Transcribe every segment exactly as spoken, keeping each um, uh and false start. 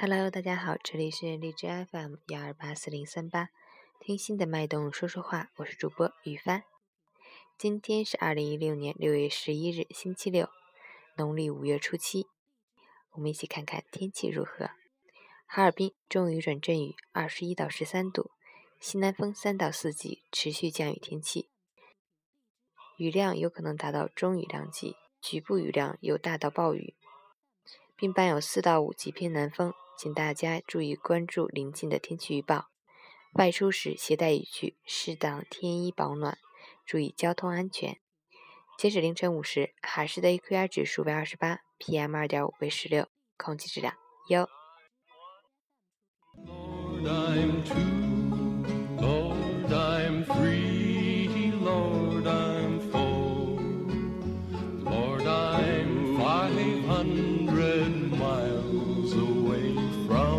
Hello， 大家好，这里是荔枝 F M 幺二八四零三八，听心的脉动说说话，我是主播雨帆。今天是二零一六年六月十一日，星期六，农历五月初七。我们一起看看天气如何。哈尔滨中雨转阵雨，二十一到十三度，西南风三到四级，持续降雨天气，雨量有可能达到中雨量级，局部雨量有大到暴雨，并伴有四到五级偏南风。请大家注意关注临近的天气预报，外出时携带雨具，适当添衣保暖，注意交通安全。截止凌晨五时，哈市的 A Q I 指数为二十八 ，P M 二点五 为十六，空气质量优。Lord, I'm two, Lord, I'm three, Lord, I'm four, Lord, I'm five hundred miles away from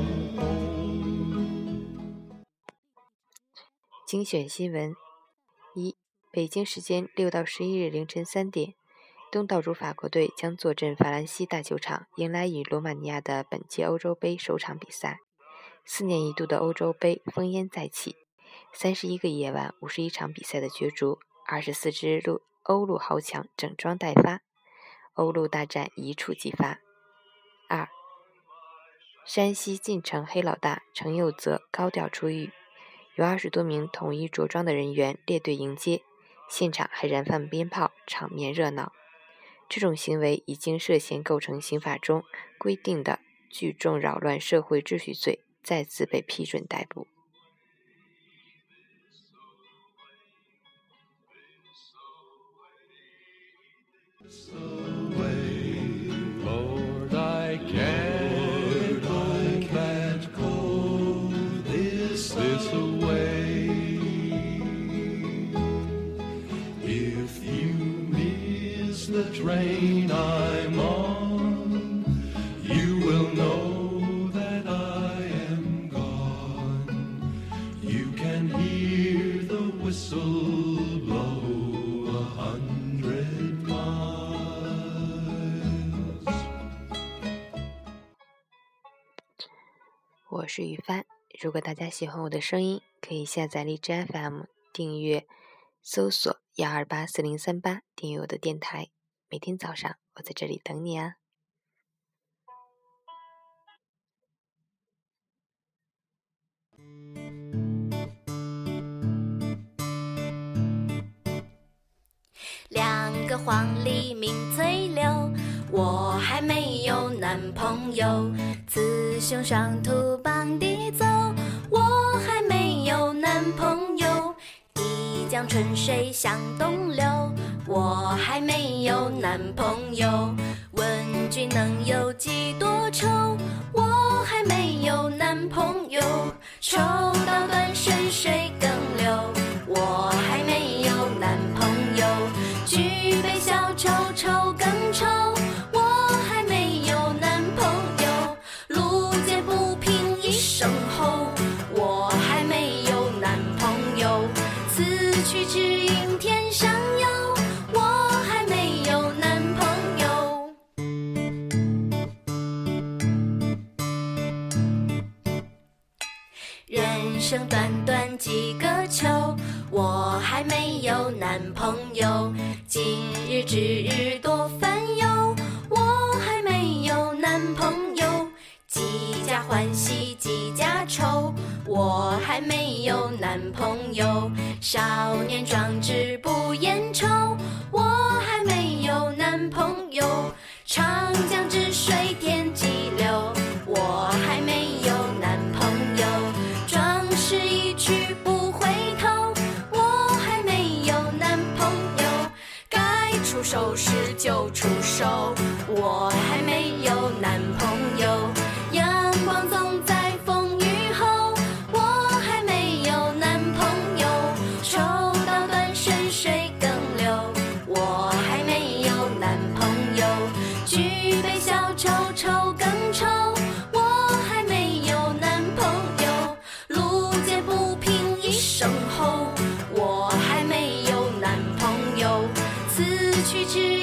home。 精选新闻一，北京时间六到十一日凌晨三点，东道主法国队将坐镇法兰西大球场，迎来与罗马尼亚的本届欧洲杯首场比赛。四年一度的欧洲杯烽烟再起，三十一个夜晚，五十一场比赛的角逐，二十四支陆欧陆豪强整装待发，欧陆大战一触即发。二，山西晋城黑老大程佑泽高调出狱，有二十多名统一着装的人员列队迎接，现场还燃放鞭炮，场面热闹。这种行为已经涉嫌构成刑法中规定的聚众扰乱社会秩序罪，再次被批准逮捕。 The train I'm on, you will know that I am gone. You can hear the whistle blow a hundred miles. 我是雨帆，如果大家喜欢我的声音，可以下载荔枝 F M 订阅，搜索幺二八四零三八，订阅我的电台。每天早上我在这里等你啊。 两个黄鹂鸣翠柳，我还没有男朋友。雌雄双兔傍地走，我还没有男朋友。一江春水向东流，我还没有男朋友。问君能有几多愁，我还没有男朋友。抽刀断水水更流，我还没有男朋友。举杯消愁愁更愁，我还没有男朋友。路见不平一声吼，我还没有男朋友。此去只应天上有，我还没有男朋友。人生短短几个秋，我还没有男朋友。今日之日多烦忧，我还没有男朋友。几家欢喜几家愁，我还没有男朋友。少年壮志不言愁，我还没有男朋友。长江之水天际流，我还没有男朋友。壮士一去不回头，我还没有男朋友。该出手时就出手，我还没有男朋友。阳光总在风雨后，我还没有男朋友。抽刀断水水更流，我还没有男朋友。举杯消愁愁更愁，我还没有男朋友。路见不平一声吼，我还没有男朋友。此去之